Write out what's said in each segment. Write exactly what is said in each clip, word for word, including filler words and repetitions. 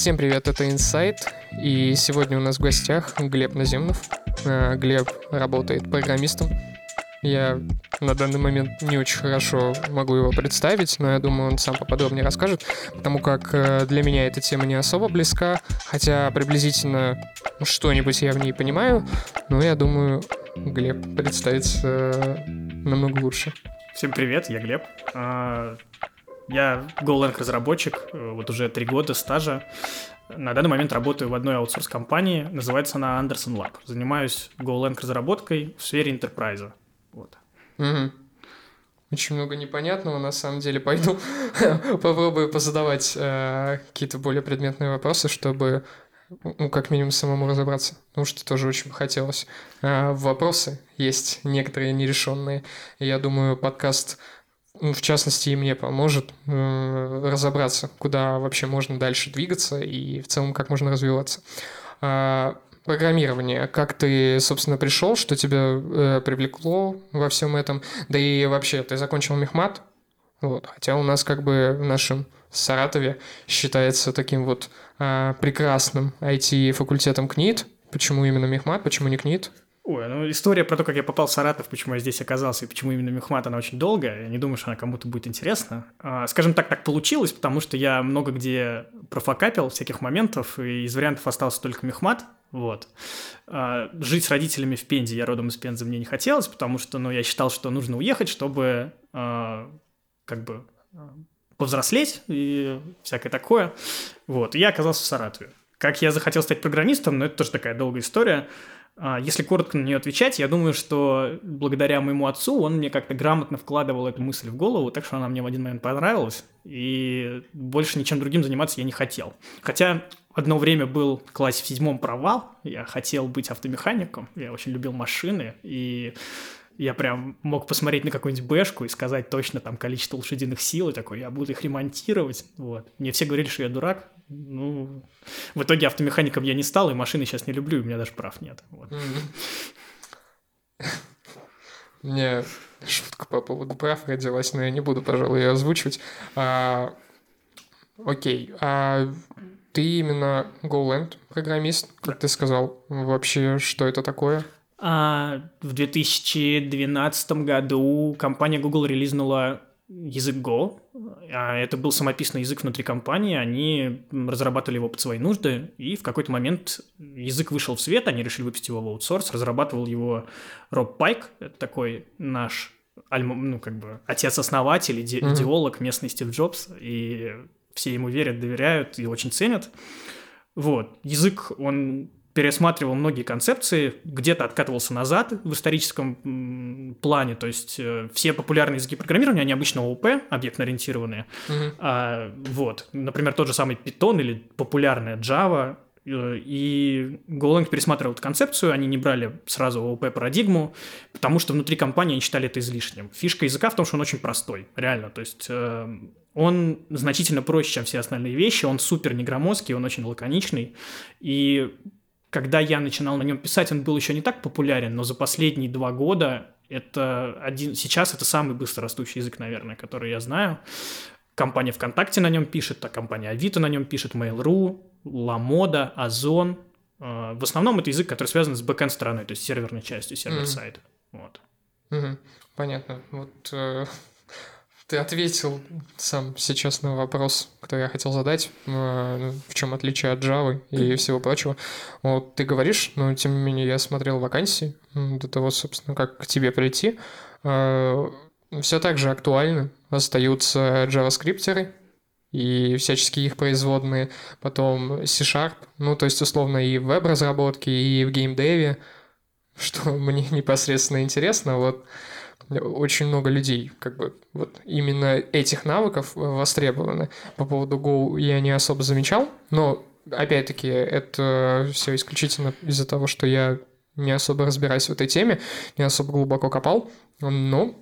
Всем привет, это Insight, и сегодня у нас в гостях Глеб Наземнов. А, Глеб работает программистом. Я на данный момент не очень хорошо могу его представить, но я думаю, он сам поподробнее расскажет, потому как э, для меня эта тема не особо близка, хотя приблизительно что-нибудь я в ней понимаю, но я думаю, Глеб представится э, намного лучше. Всем привет, я Глеб. А, Я Golang-разработчик, вот уже три года стажа. На данный момент работаю в одной аутсорс-компании, называется она Anderson Lab. Занимаюсь Golang-разработкой в сфере enterprise. Вот. Угу. Очень много непонятного, на самом деле. Пойду попробую позадавать э, какие-то более предметные вопросы, чтобы, ну, как минимум, самому разобраться. Потому что тоже очень бы хотелось. Э, вопросы есть некоторые нерешенные. И я думаю, подкаст, ну, в частности, и мне поможет э, разобраться, куда вообще можно дальше двигаться и в целом, как можно развиваться. Э, Программирование. Как ты, собственно, пришел, что тебя э, привлекло во всем этом? Да и вообще, ты закончил мехмат, вот, хотя у нас как бы в нашем Саратове считается таким вот э, прекрасным ай ти-факультетом КНИТ. Почему именно мехмат, почему не КНИТ? Ой, ну история про то, как я попал в Саратов, почему я здесь оказался и почему именно мехмат, она очень долгая. Я не думаю, что она кому-то будет интересна. А, скажем так, так получилось, потому что я много где профокапил всяких моментов, и из вариантов остался только мехмат. Вот. А, жить с родителями в Пензе, я родом из Пензы, мне не хотелось, потому что, ну, я считал, что нужно уехать, чтобы а, как бы повзрослеть и всякое такое. Вот. И я оказался в Саратове. Как я захотел стать программистом, но это тоже такая долгая история. Если коротко на нее отвечать, я думаю, что благодаря моему отцу он мне как-то грамотно вкладывал эту мысль в голову, так что она мне в один момент понравилась, и больше ничем другим заниматься я не хотел. Хотя одно время был в классе в седьмом провал, я хотел быть автомехаником, я очень любил машины, и я прям мог посмотреть на какую-нибудь бэшку и сказать точно там количество лошадиных сил, и такой, я буду их ремонтировать, вот. Мне все говорили, что я дурак, ну, в итоге автомехаником я не стал, и машины сейчас не люблю, и у меня даже прав нет. Вот. У меня шутка по поводу прав родилась, но я не буду, пожалуй, ее озвучивать. А, окей, а ты именно Golang программист, как ты сказал, вообще что это такое? А, в две тысячи двенадцатом году компания Google релизнула язык Go. Это был самописный язык внутри компании, они разрабатывали его под свои нужды, и в какой-то момент язык вышел в свет, они решили выпустить его в аутсорс, разрабатывал его Роб Пайк, это такой наш, ну, как бы, отец-основатель, иде- mm-hmm. идеолог, местный Стив Джобс, и все ему верят, доверяют и очень ценят. Вот, язык, он пересматривал многие концепции, где-то откатывался назад в историческом плане, то есть э, все популярные языки программирования, они обычно ООП, объектно-ориентированные. Mm-hmm. А, вот, например, тот же самый Python или популярная Java, э, и Golang пересматривал эту концепцию, они не брали сразу ООП-парадигму, потому что внутри компании они считали это излишним. Фишка языка в том, что он очень простой, реально, то есть э, он значительно проще, чем все остальные вещи, он супер негромоздкий, он очень лаконичный, и когда я начинал на нем писать, он был еще не так популярен, но за последние два года это один, сейчас это самый быстрорастущий язык, наверное, который я знаю. Компания ВКонтакте на нем пишет, а компания Авито на нем пишет, Mail.ru, LaModa, Озон. В основном это язык, который связан с бэкэнд-стороной, то есть серверной частью, сервер-сайт. Mm-hmm. Вот. Mm-hmm. Понятно. Вот э, ты ответил сам сейчас на вопрос, который я хотел задать, э, в чем отличие от Java и всего прочего. Вот ты говоришь, но тем не менее я смотрел вакансии до того, собственно, как к тебе прийти. Э, все так же актуально. Остаются JavaScripтеры и всяческие их производные, потом C-Sharp, ну, то есть, условно, и в веб-разработке, и в геймдеве, что мне непосредственно интересно, вот. Очень много людей, как бы, вот именно этих навыков востребованы. По поводу Go я не особо замечал, но, опять-таки, это все исключительно из-за того, что я не особо разбираюсь в этой теме, не особо глубоко копал, но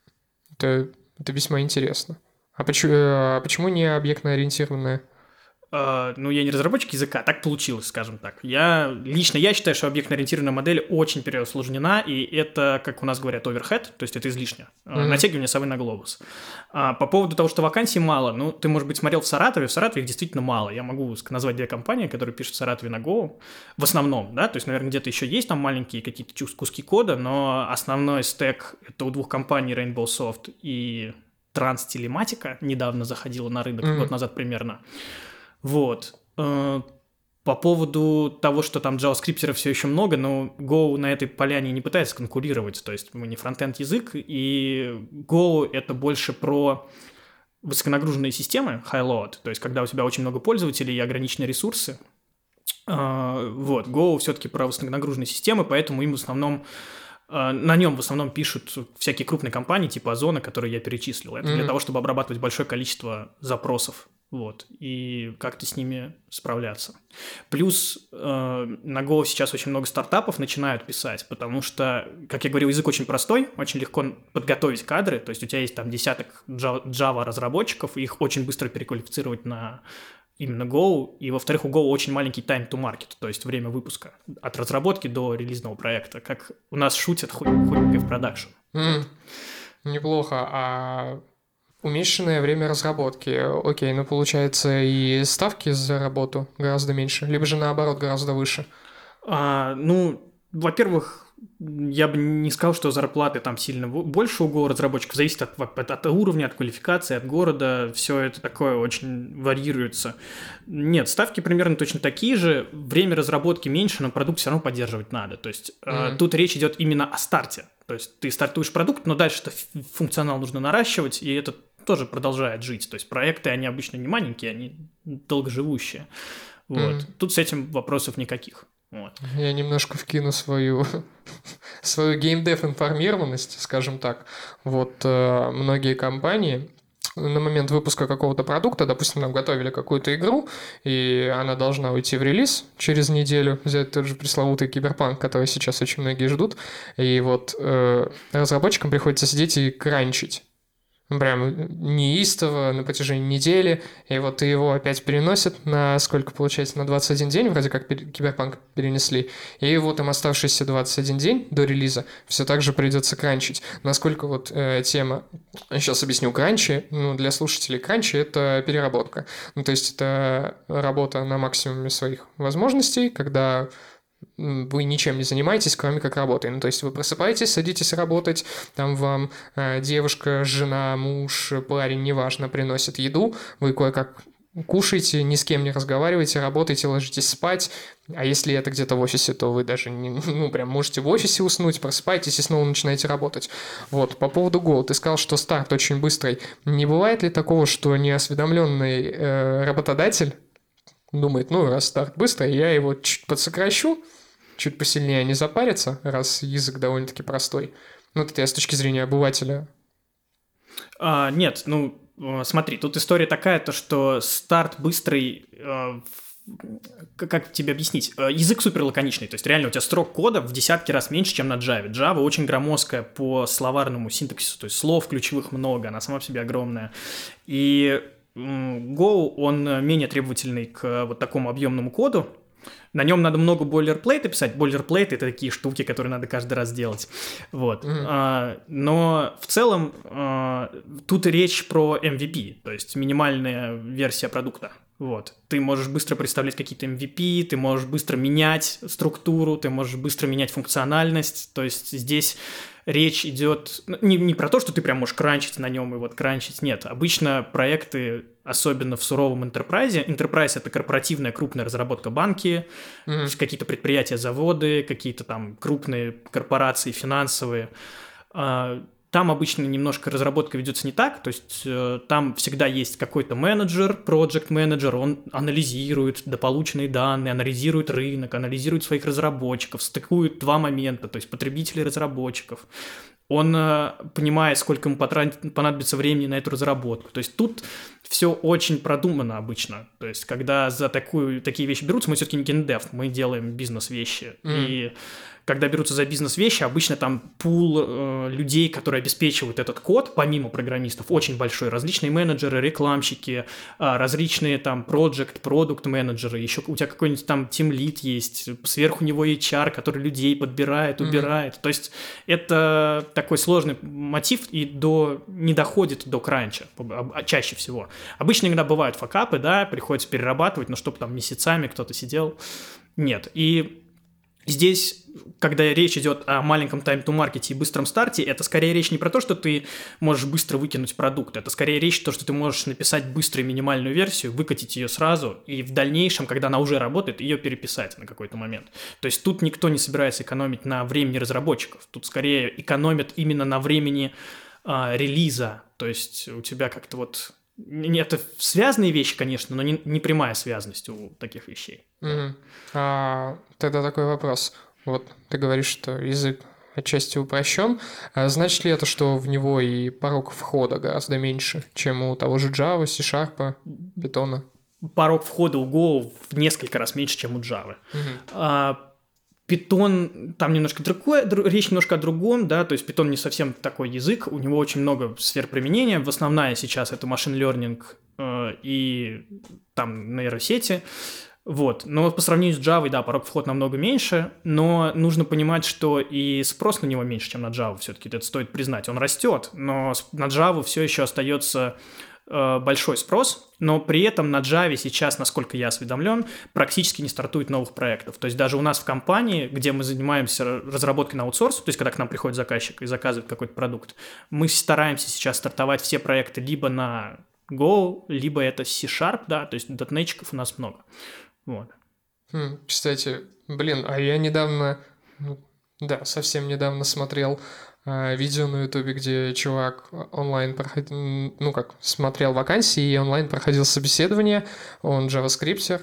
это, это весьма интересно. А почему, а почему не объектно-ориентированное? Uh, ну, я не разработчик языка, так получилось, скажем так. Я, лично я считаю, что объектно-ориентированная модель очень переусложнена, и это, как у нас говорят, overhead, то есть это излишне. Mm-hmm. Натягивание совы на глобус. Uh, по поводу того, что вакансий мало, ну, ты, может быть, смотрел в Саратове, в Саратове их действительно мало. Я могу назвать две компании, которые пишут в Саратове на Go, в основном, да, то есть, наверное, где-то еще есть там маленькие какие-то куски кода, но основной стек — это у двух компаний Rainbow Soft и Транстелематика, недавно заходила на рынок, mm-hmm. год назад примерно. Вот. По поводу того, что там джаваскриптеров все еще много, но Go на этой поляне не пытается конкурировать, то есть мы не фронтенд язык, и Go — это больше про высоконагруженные системы, high-load, то есть когда у тебя очень много пользователей и ограниченные ресурсы. Вот, Go все-таки про высоконагруженные системы, поэтому им в основном на нем в основном пишут всякие крупные компании типа Озона, которые я перечислил. Это mm-hmm. для того, чтобы обрабатывать большое количество запросов. Вот, и как-то с ними справляться. Плюс э, на Go сейчас очень много стартапов начинают писать, потому что, как я говорил, язык очень простой, очень легко подготовить кадры, то есть у тебя есть там десяток Java-разработчиков, и их очень быстро переквалифицировать на именно Go, и, во-вторых, у Go очень маленький time to market, то есть время выпуска от разработки до релизного проекта, как у нас шутят хоть в продакшн. Mm, неплохо, а... Уменьшенное время разработки. Окей, ну получается и ставки за работу гораздо меньше, либо же наоборот гораздо выше. А, ну, во-первых, я бы не сказал, что зарплаты там сильно больше у разработчиков, зависит от, от, от уровня, от квалификации, от города, все это такое очень варьируется. Нет, ставки примерно точно такие же, время разработки меньше, но продукт все равно поддерживать надо. То есть mm-hmm. тут речь идет именно о старте. То есть ты стартуешь продукт, но дальше-то функционал нужно наращивать, и это тоже продолжает жить. То есть проекты, они обычно не маленькие, они долгоживущие. Вот. Mm. Тут с этим вопросов никаких. Вот. Я немножко вкину свою, свою геймдев информированность, скажем так. Вот э, многие компании на момент выпуска какого-то продукта, допустим, нам готовили какую-то игру, и она должна уйти в релиз через неделю, взять тот же пресловутый Киберпанк, который сейчас очень многие ждут, и вот э, разработчикам приходится сидеть и кранчить. Прям неистово на протяжении недели, и вот его опять переносят на сколько получается, на двадцать один день, вроде как Киберпанк перенесли, и вот им оставшийся двадцать один день до релиза все так же придется кранчить. Насколько вот э, тема, сейчас объясню, кранчи, ну для слушателей кранчи — это переработка, ну то есть это работа на максимуме своих возможностей, когда вы ничем не занимаетесь, кроме как работой. Ну, то есть вы просыпаетесь, садитесь работать, там вам э, девушка, жена, муж, парень, неважно, приносит еду, вы кое-как кушаете, ни с кем не разговариваете, работаете, ложитесь спать, а если это где-то в офисе, то вы даже не, ну, прям можете в офисе уснуть, просыпаетесь и снова начинаете работать. Вот, по поводу Go, ты сказал, что старт очень быстрый. Не бывает ли такого, что неосведомленный э, работодатель думает, ну, раз старт быстрый, я его чуть подсокращу, чуть посильнее не запариться, раз язык довольно-таки простой. Ну, это я с точки зрения обывателя. А, нет, ну, смотри, тут история такая, то что старт быстрый, э, как тебе объяснить, язык супер лаконичный, то есть реально у тебя строк кода в десятки раз меньше, чем на Java. Java очень громоздкая по словарному синтаксису, то есть слов ключевых много, она сама по себе огромная. И Go, он менее требовательный к вот такому объемному коду. На нем надо много бойлерплейта писать. Бойлерплейты — это такие штуки, которые надо каждый раз делать. Вот. Mm-hmm. А, но в целом а, тут речь про эм ви пи, то есть минимальная версия продукта. Вот. Ты можешь быстро представлять какие-то эм ви пи, ты можешь быстро менять структуру, ты можешь быстро менять функциональность. То есть здесь речь идет не, не про то, что ты прям можешь кранчить на нем и вот кранчить. Нет, обычно проекты, особенно в суровом enterprise, enterprise — это корпоративная крупная разработка, банки, mm-hmm. какие-то предприятия, заводы, какие-то там крупные корпорации финансовые. Там обычно немножко разработка ведется не так, то есть э, там всегда есть какой-то менеджер, project менеджер, он анализирует дополученные данные, анализирует рынок, анализирует своих разработчиков, стыкует два момента, то есть потребителей и разработчиков. Он э, понимает, сколько ему потратит, понадобится времени на эту разработку. То есть тут все очень продумано обычно. То есть когда за такую, такие вещи берутся, мы все-таки не геймдев, мы делаем бизнес-вещи. Mm. И когда берутся за бизнес-вещи, обычно там пул э, людей, которые обеспечивают этот код, помимо программистов, очень большой. Различные менеджеры, рекламщики, э, различные там project, продукт-менеджеры, еще у тебя какой-нибудь там тимлид есть, сверху него эйч ар, который людей подбирает, убирает. Mm-hmm. То есть это такой сложный мотив и до, не доходит до кранча чаще всего. Обычно иногда бывают факапы, да, приходится перерабатывать, но чтобы там месяцами кто-то сидел, нет. И здесь, когда речь идет о маленьком тайм-ту-маркете и быстром старте, это скорее речь не про то, что ты можешь быстро выкинуть продукт, это скорее речь про то, что ты можешь написать быструю минимальную версию, выкатить ее сразу, и в дальнейшем, когда она уже работает, ее переписать на какой-то момент. То есть тут никто не собирается экономить на времени разработчиков, тут скорее экономят именно на времени а, релиза, то есть у тебя как-то вот... Это связанные вещи, конечно, но не, не прямая связанность у таких вещей. Mm-hmm. А, тогда такой вопрос. Вот ты говоришь, что язык отчасти упрощен. А значит ли это, что в него и порог входа гораздо меньше, чем у того же Java, C-Sharp, Python? Порог входа у Go в несколько раз меньше, чем у Java. Mm-hmm. А, Python, там немножко другое, речь немножко о другом, да, то есть Python не совсем такой язык, у него очень много сфер применения, в основная сейчас это machine learning э, и там нейросети, вот, но по сравнению с Java, да, порог входа намного меньше, но нужно понимать, что и спрос на него меньше, чем на Java, все-таки это стоит признать, он растет, но на Java все еще остается большой спрос, но при этом на Java сейчас, насколько я осведомлен, практически не стартует новых проектов. То есть даже у нас в компании, где мы занимаемся разработкой на аутсорс, то есть когда к нам приходит заказчик и заказывает какой-то продукт, мы стараемся сейчас стартовать все проекты либо на Go, либо это C-Sharp, да, то есть дотнетчиков у нас много. Вот. Хм, кстати, блин, а я недавно, да, совсем недавно смотрел видео на ютубе, где чувак онлайн проходил, ну как, смотрел вакансии и онлайн проходил собеседование, он джаваскриптер,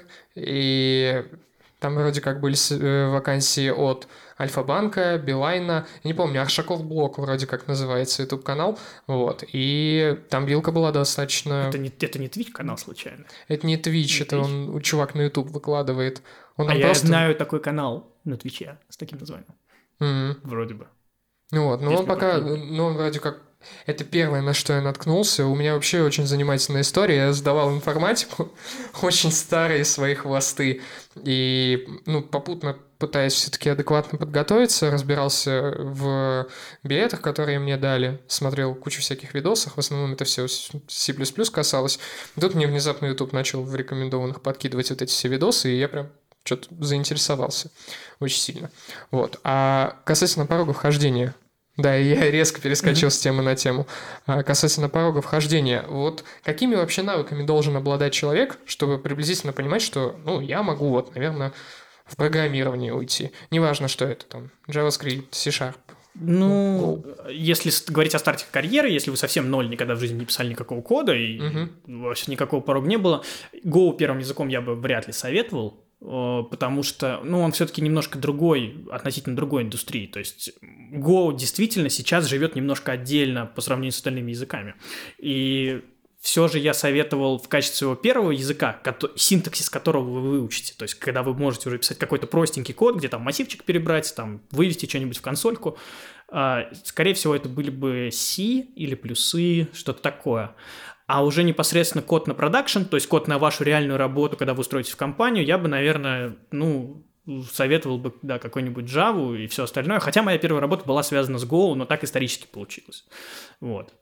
и там вроде как были вакансии от Альфа-банка, Билайна, я не помню, Аршаков Блог вроде как называется ютуб-канал, вот, и там вилка была достаточно... Это не, это не Twitch-канал случайно? Это не Twitch, не это Twitch? он, чувак на ютуб выкладывает. Он а я просто... знаю такой канал на Твиче с таким названием, mm-hmm. вроде бы. Ну вот, но он пока, ну он вроде как, это первое, на что я наткнулся. У меня вообще очень занимательная история. Я сдавал информатику, очень старые свои хвосты, и, ну, попутно пытаясь все-таки адекватно подготовиться, разбирался в билетах, которые мне дали, смотрел кучу всяких видосов, в основном это все C++ касалось. Тут мне внезапно YouTube начал в рекомендованных подкидывать вот эти все видосы, и я прям что-то заинтересовался очень сильно. Вот. А касательно порога вхождения, да, я резко перескочил mm-hmm. с темы на тему. А касательно порога вхождения, вот какими вообще навыками должен обладать человек, чтобы приблизительно понимать, что, ну, я могу, вот, наверное, в программирование уйти. Неважно, что это там, JavaScript, C-Sharp. Ну, Go. Если говорить о старте карьеры, если вы совсем ноль, никогда в жизни не писали никакого кода, и uh-huh. вообще никакого порога не было, Go первым языком я бы вряд ли советовал, потому что, ну, он все-таки немножко другой, относительно другой индустрии. То есть Go действительно сейчас живет немножко отдельно по сравнению с остальными языками. И все же я советовал в качестве своего первого языка, синтаксис которого вы выучите. То есть когда вы можете уже писать какой-то простенький код, где там массивчик перебрать, там вывести что-нибудь в консольку, скорее всего, это были бы C или плюсы, что-то такое. А уже непосредственно код на продакшн, то есть код на вашу реальную работу, когда вы устроитесь в компанию, я бы, наверное, ну, советовал бы, да, какой-нибудь Java и все остальное. Хотя моя первая работа была связана с Go, но так исторически получилось. Вот.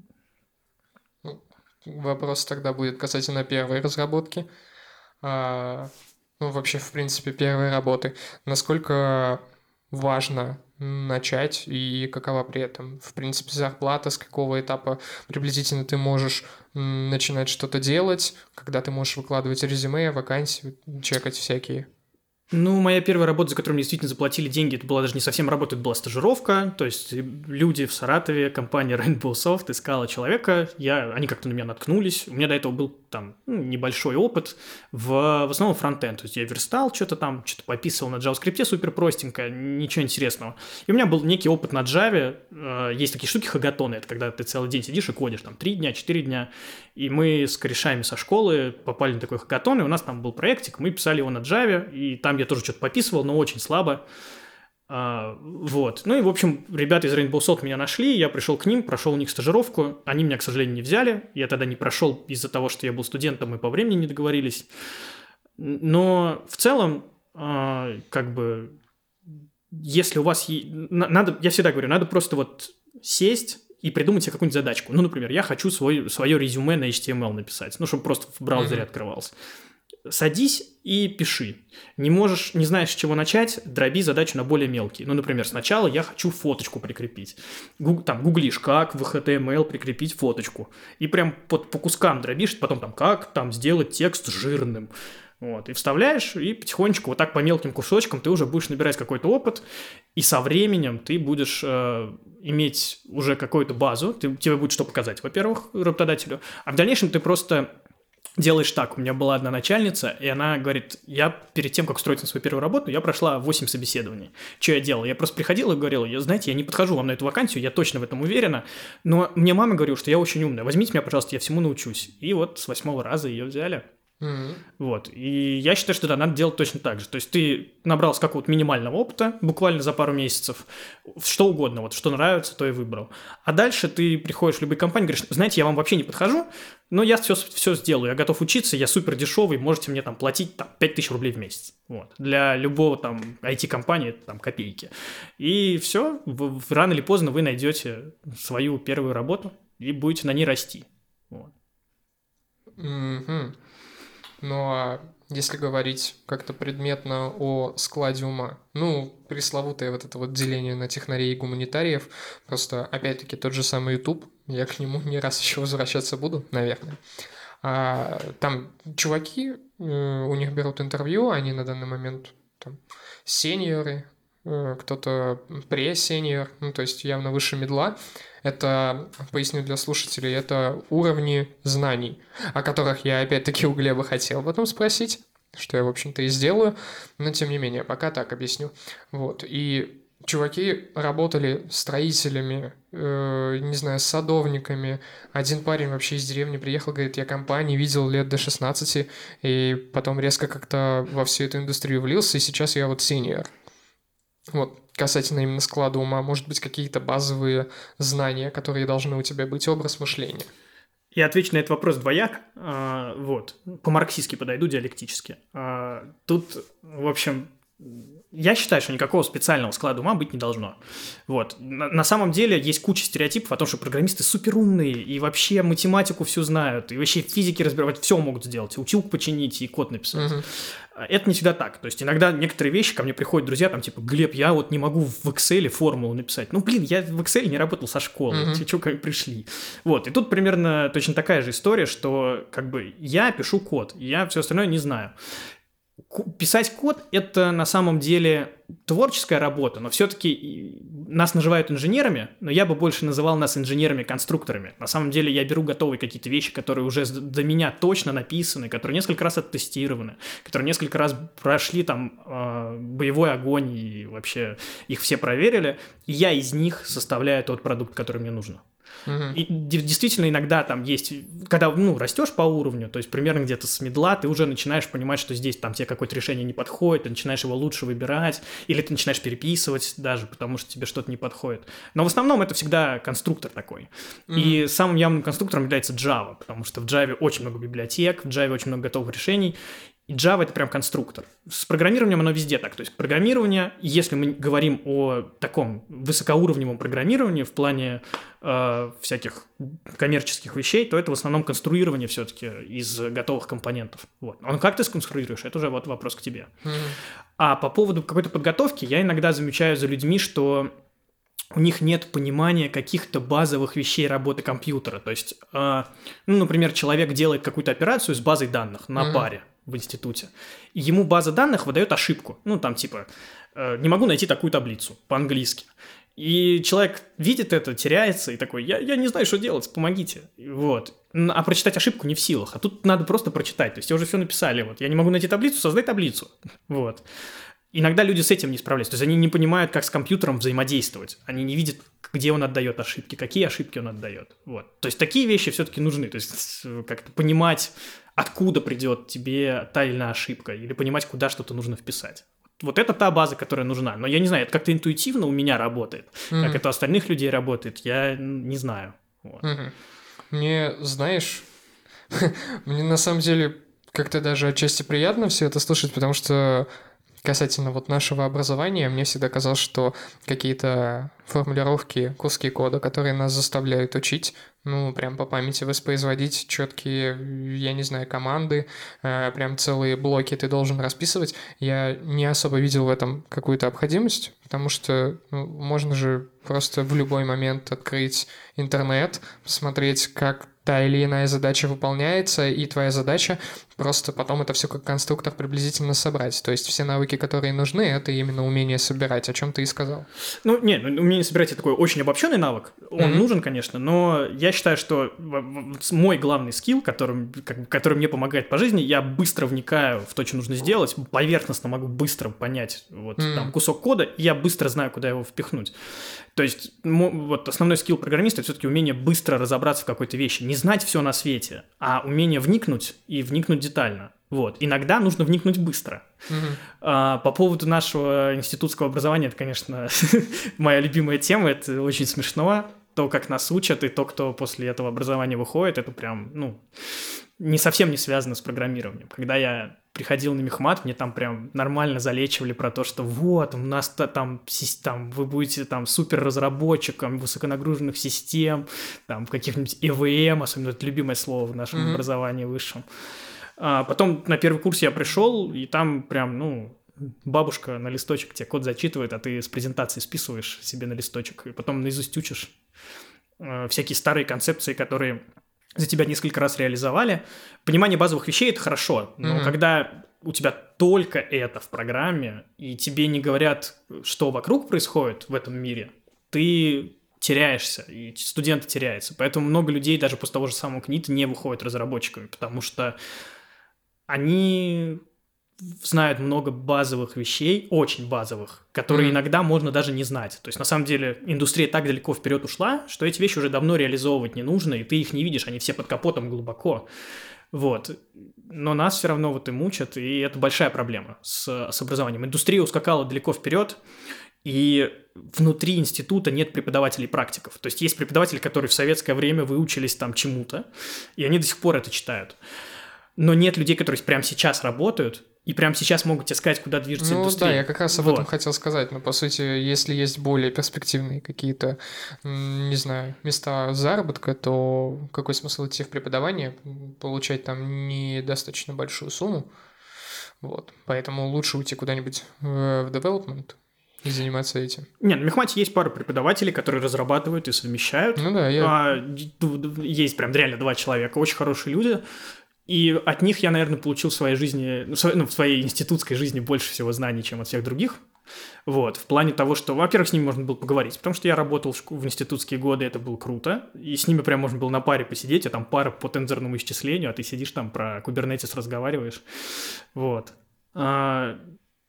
Вопрос тогда будет касательно первой разработки. А, ну, вообще, в принципе, первой работы. Насколько важно начать и какова при этом, в принципе, зарплата, с какого этапа приблизительно ты можешь начинать что-то делать, когда ты можешь выкладывать резюме, вакансии, чекать всякие? Ну, моя первая работа, за которую мне действительно заплатили деньги, это была даже не совсем работа, это была стажировка, то есть люди в Саратове, компания Rainbow Soft искала человека, я, они как-то на меня наткнулись, у меня до этого был там ну, небольшой опыт, в, в основном фронтенд, то есть я верстал что-то там, что-то пописывал на JavaScript, супер простенько, ничего интересного. И у меня был некий опыт на Java, есть такие штуки хагатоны, это когда ты целый день сидишь и кодишь, там, три дня, четыре дня, и мы с корешами со школы попали на такой хакатон, и у нас там был проектик, мы писали его на Java, и там я тоже что-то пописывал, но очень слабо. А, вот. Ну и, в общем, ребята из Rainbow Salt меня нашли, я пришел к ним, прошел у них стажировку, они меня, к сожалению, не взяли, я тогда не прошел из-за того, что я был студентом и по времени не договорились. Но в целом, а, как бы, если у вас... Е... Надо, я всегда говорю, надо просто вот сесть и придумать себе какую-нибудь задачку. Ну, например, я хочу свой, свое резюме на эйч ти эм эл написать, ну, чтобы просто в браузере mm-hmm. открывалось. Садись и пиши. Не можешь, не знаешь, с чего начать, дроби задачу на более мелкие. Ну, например, сначала я хочу фоточку прикрепить. Гуг, там гуглишь, как в эйч ти эм эл прикрепить фоточку. И прям под, по кускам дробишь, потом там, как там сделать текст жирным. Вот, и вставляешь, и потихонечку вот так по мелким кусочкам ты уже будешь набирать какой-то опыт, и со временем ты будешь э, иметь уже какую-то базу, ты, тебе будет что показать, во-первых, работодателю, а в дальнейшем ты просто делаешь так. У меня была одна начальница, и она говорит, я перед тем, как устроиться на свою первую работу, я прошла восемь собеседований. Что я делала? Я просто приходила и говорила, я, знаете, я не подхожу вам на эту вакансию, я точно в этом уверена, но мне мама говорила, что я очень умная, возьмите меня, пожалуйста, я всему научусь. И вот с восьмого раза ее взяли. Mm-hmm. Вот, и я считаю, что да, надо делать точно так же. То есть ты набрался какого-то минимального опыта буквально за пару месяцев, что угодно, вот что нравится, то и выбрал. А дальше ты приходишь в любую компанию и говоришь, знаете, я вам вообще не подхожу, но я все, все сделаю, я готов учиться, я супер дешевый, можете мне там платить там, пять тысяч рублей в месяц. Вот. Для любого там ай ти-компании это там копейки. И все, в, в, рано или поздно вы найдете свою первую работу и будете на ней расти. Вот. Mm-hmm. Ну, а если говорить как-то предметно о складе ума, ну, пресловутое вот это вот деление на технарей и гуманитариев, просто, опять-таки, тот же самый YouTube, я к нему не раз еще возвращаться буду, наверное. А, там чуваки, у них берут интервью, они на данный момент там сеньоры, кто-то пре-сеньор, ну, то есть явно выше мидла. Это, поясню для слушателей, это уровни знаний, о которых я опять-таки у Глеба хотел потом спросить, что я, в общем-то, и сделаю, но тем не менее, пока так объясню. Вот, и чуваки работали строителями, э, не знаю, садовниками. Один парень вообще из деревни приехал, говорит, я компании видел лет до шестнадцати, и потом резко как-то во всю эту индустрию влился, и сейчас я вот сеньор. Вот, касательно именно склада ума, может быть, какие-то базовые знания, которые должны у тебя быть, образ мышления? Я отвечу на этот вопрос двояк. А, вот, по-марксистски подойду, диалектически. А, тут, в общем, я считаю, что никакого специального склада ума быть не должно. Вот. На, на самом деле есть куча стереотипов о том, что программисты суперумные и вообще математику всю знают, и вообще физики разбирать, все могут сделать, и утюг починить, и код написать. Угу. Это не всегда так. То есть иногда некоторые вещи ко мне приходят друзья, там типа, Глеб, я вот не могу в Excel формулу написать. Ну, блин, я в Excel не работал со школы, mm-hmm. что как пришли. Вот, и тут примерно точно такая же история, что как бы я пишу код, я все остальное не знаю. Писать код – это на самом деле творческая работа, но все-таки нас называют инженерами, но я бы больше называл нас инженерами-конструкторами. На самом деле я беру готовые какие-то вещи, которые уже до меня точно написаны, которые несколько раз оттестированы, которые несколько раз прошли там э, боевой огонь и вообще их все проверили, и я из них составляю тот продукт, который мне нужен. Uh-huh. И действительно иногда там есть, когда ну, растешь по уровню, то есть примерно где-то с мидла, ты уже начинаешь понимать, что здесь там тебе какое-то решение не подходит, ты начинаешь его лучше выбирать, или ты начинаешь переписывать даже, потому что тебе что-то не подходит. Но в основном это всегда конструктор такой. Uh-huh. И самым явным конструктором является Java, потому что в Java очень много библиотек, в Java очень много готовых решений. И Java — это прям конструктор. С программированием оно везде так. То есть программирование, если мы говорим о таком высокоуровневом программировании в плане э, всяких коммерческих вещей, то это в основном конструирование все-таки из готовых компонентов. Вот. А как ты сконструируешь? Это уже вот вопрос к тебе. Mm-hmm. А по поводу какой-то подготовки, я иногда замечаю за людьми, что у них нет понимания каких-то базовых вещей работы компьютера. То есть, э, ну, например, человек делает какую-то операцию с базой данных на mm-hmm. паре в институте, и ему база данных выдает ошибку. Ну, там типа, э, не могу найти такую таблицу по-английски. И человек видит это, теряется, и такой, я, я не знаю, что делать, помогите. Вот. А прочитать ошибку не в силах, а тут надо просто прочитать. То есть, уже все написали. Вот. Я не могу найти таблицу, создай таблицу. Вот. Иногда люди с этим не справляются, то есть они не понимают, как с компьютером взаимодействовать, они не видят, где он отдает ошибки, какие ошибки он отдает. Вот. То есть такие вещи все-таки нужны, то есть как-то понимать, откуда придет тебе та или иная ошибка, или понимать, куда что-то нужно вписать. вот это та база, которая нужна. Но я не знаю, это как-то интуитивно у меня работает. Mm-hmm. Как это у остальных людей работает, я не знаю. Вот. Mm-hmm. Мне, знаешь, мне на самом деле как-то даже отчасти приятно все это слушать, потому что касательно вот нашего образования, мне всегда казалось, что какие-то формулировки, куски кода, которые нас заставляют учить, ну, прям по памяти воспроизводить четкие, я не знаю, команды, э, прям целые блоки ты должен расписывать. Я не особо видел в этом какую-то необходимость, потому что ну, можно же просто в любой момент открыть интернет, посмотреть, как та или иная задача выполняется, и твоя задача просто потом это все как конструктор приблизительно собрать. То есть все навыки, которые нужны, это именно умение собирать, о чем ты и сказал. Ну, нет, умение собирать — это такой очень обобщенный навык. Он mm-hmm. нужен, конечно, но я считаю, что мой главный скилл, которым, который мне помогает по жизни, я быстро вникаю в то, что нужно сделать, поверхностно могу быстро понять вот, mm-hmm. там, кусок кода, и я быстро знаю, куда его впихнуть. То есть вот основной скилл программиста — это все-таки умение быстро разобраться в какой-то вещи. Не знать все на свете, а умение вникнуть и вникнуть детально. Вот. Иногда нужно вникнуть быстро. Mm-hmm. А, по поводу нашего институтского образования, это, конечно, моя любимая тема, это очень смешно. То, как нас учат, и то, кто после этого образования выходит, это прям, ну, не совсем не связано с программированием. Когда я приходил на мехмат, мне там прям нормально залечивали про то, что вот, у нас там, там вы будете там суперразработчиком высоконагруженных систем, там каких-нибудь и ви эм, особенно это любимое слово в нашем mm-hmm. образовании высшем. А потом на первый курс я пришел, и там прям, ну, бабушка на листочек тебе код зачитывает, а ты с презентации списываешь себе на листочек, и потом наизусть учишь э, всякие старые концепции, которые за тебя несколько раз реализовали. Понимание базовых вещей — это хорошо, но mm-hmm. когда у тебя только это в программе, и тебе не говорят, что вокруг происходит в этом мире, ты теряешься, и студенты теряются. Поэтому много людей даже после того же самого КНИТа не выходят разработчиками, потому что они знают много базовых вещей, очень базовых, которые mm-hmm. иногда можно даже не знать. То есть, на самом деле, индустрия так далеко вперед ушла, что эти вещи уже давно реализовывать не нужно, и ты их не видишь, они все под капотом глубоко. Вот. Но нас все равно вот и мучат, и это большая проблема с, с образованием. Индустрия ускакала далеко вперед, и внутри института нет преподавателей-практиков. То есть, есть преподаватели, которые в советское время выучились там чему-то, и они до сих пор это читают. Но нет людей, которые прямо сейчас работают, и прямо сейчас могут тебе сказать, куда движется ну, индустрия. Ну да, я как раз об вот. этом хотел сказать. Но, по сути, если есть более перспективные какие-то, не знаю, места заработка, то какой смысл идти в преподавание, получать там недостаточно большую сумму. Вот. Поэтому лучше уйти куда-нибудь в development и заниматься этим. Нет, на мехмате есть пара преподавателей, которые разрабатывают и совмещают. Ну да, я... а, есть прям реально два человека, очень хорошие люди. И от них я, наверное, получил в своей жизни, ну, в своей институтской жизни больше всего знаний, чем от всех других. Вот, в плане того, что, во-первых, с ними можно было поговорить, потому что я работал в, в институтские годы, это было круто, и с ними прям можно было на паре посидеть, а там пара по тензорному исчислению, а ты сидишь там про Kubernetes разговариваешь. Вот. А,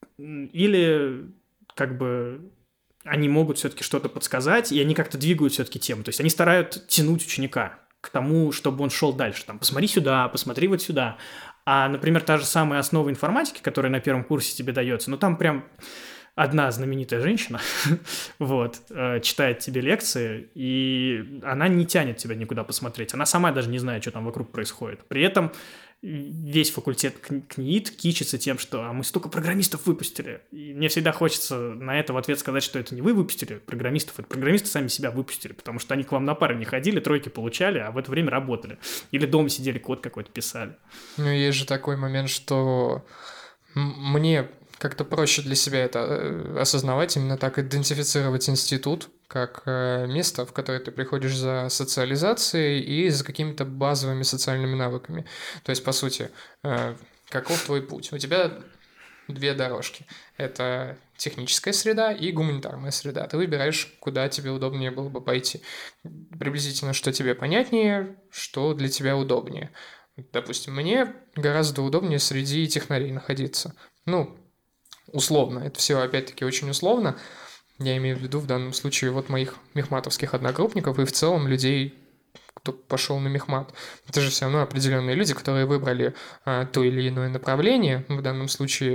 или как бы они могут все-таки что-то подсказать, и они как-то двигают все-таки тему. То есть они стараются тянуть ученика к тому, чтобы он шел дальше. Там, посмотри сюда, посмотри вот сюда. А, например, та же самая основа информатики, которая на первом курсе тебе дается, ну, там прям одна знаменитая женщина вот, читает тебе лекции, и она не тянет тебя никуда посмотреть. Она сама даже не знает, что там вокруг происходит. При этом весь факультет КНИИТ кичится тем, что а мы столько программистов выпустили. И мне всегда хочется на это в ответ сказать, что это не вы выпустили программистов, это программисты сами себя выпустили, потому что они к вам на пары не ходили, тройки получали, а в это время работали. Или дома сидели, код какой-то писали. Ну, есть же такой момент, что мне как-то проще для себя это осознавать, именно так идентифицировать институт как место, в которое ты приходишь за социализацией и за какими-то базовыми социальными навыками. То есть, по сути, каков твой путь? У тебя две дорожки. Это техническая среда и гуманитарная среда. Ты выбираешь, куда тебе удобнее было бы пойти. Приблизительно, что тебе понятнее, что для тебя удобнее. Допустим, мне гораздо удобнее среди технарей находиться. Ну, условно. Это все, опять-таки, очень условно. Я имею в виду в данном случае вот моих мехматовских одногруппников и в целом людей, кто пошел на мехмат. Это же все равно определенные люди, которые выбрали а, то или иное направление, в данном случае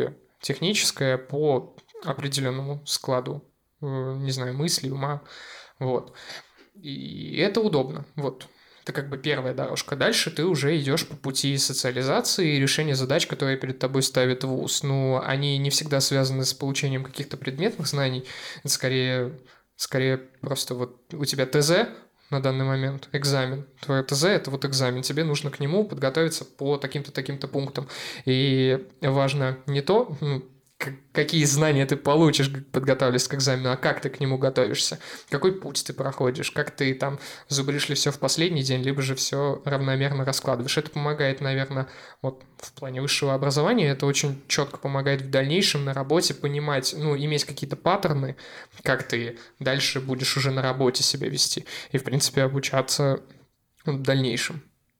техническое по определенному складу, не знаю, мыслей, ума, вот. И это удобно, вот. Это как бы первая дорожка. Дальше ты уже идешь по пути социализации и решения задач, которые перед тобой ставит вуз. Ну, они не всегда связаны с получением каких-то предметных знаний. Это скорее, скорее просто вот у тебя ТЗ на данный момент, экзамен. Твое ТЗ – это вот экзамен. Тебе нужно к нему подготовиться по таким-то, таким-то пунктам. И важно не то, ну, какие знания ты получишь, подготовляясь к экзамену, а как ты к нему готовишься, какой путь ты проходишь, как ты там зубришь ли все в последний день, либо же все равномерно раскладываешь. Это помогает, наверное, вот в плане высшего образования, это очень четко помогает в дальнейшем на работе понимать, ну, иметь какие-то паттерны, как ты дальше будешь уже на работе себя вести и, в принципе, обучаться в дальнейшем.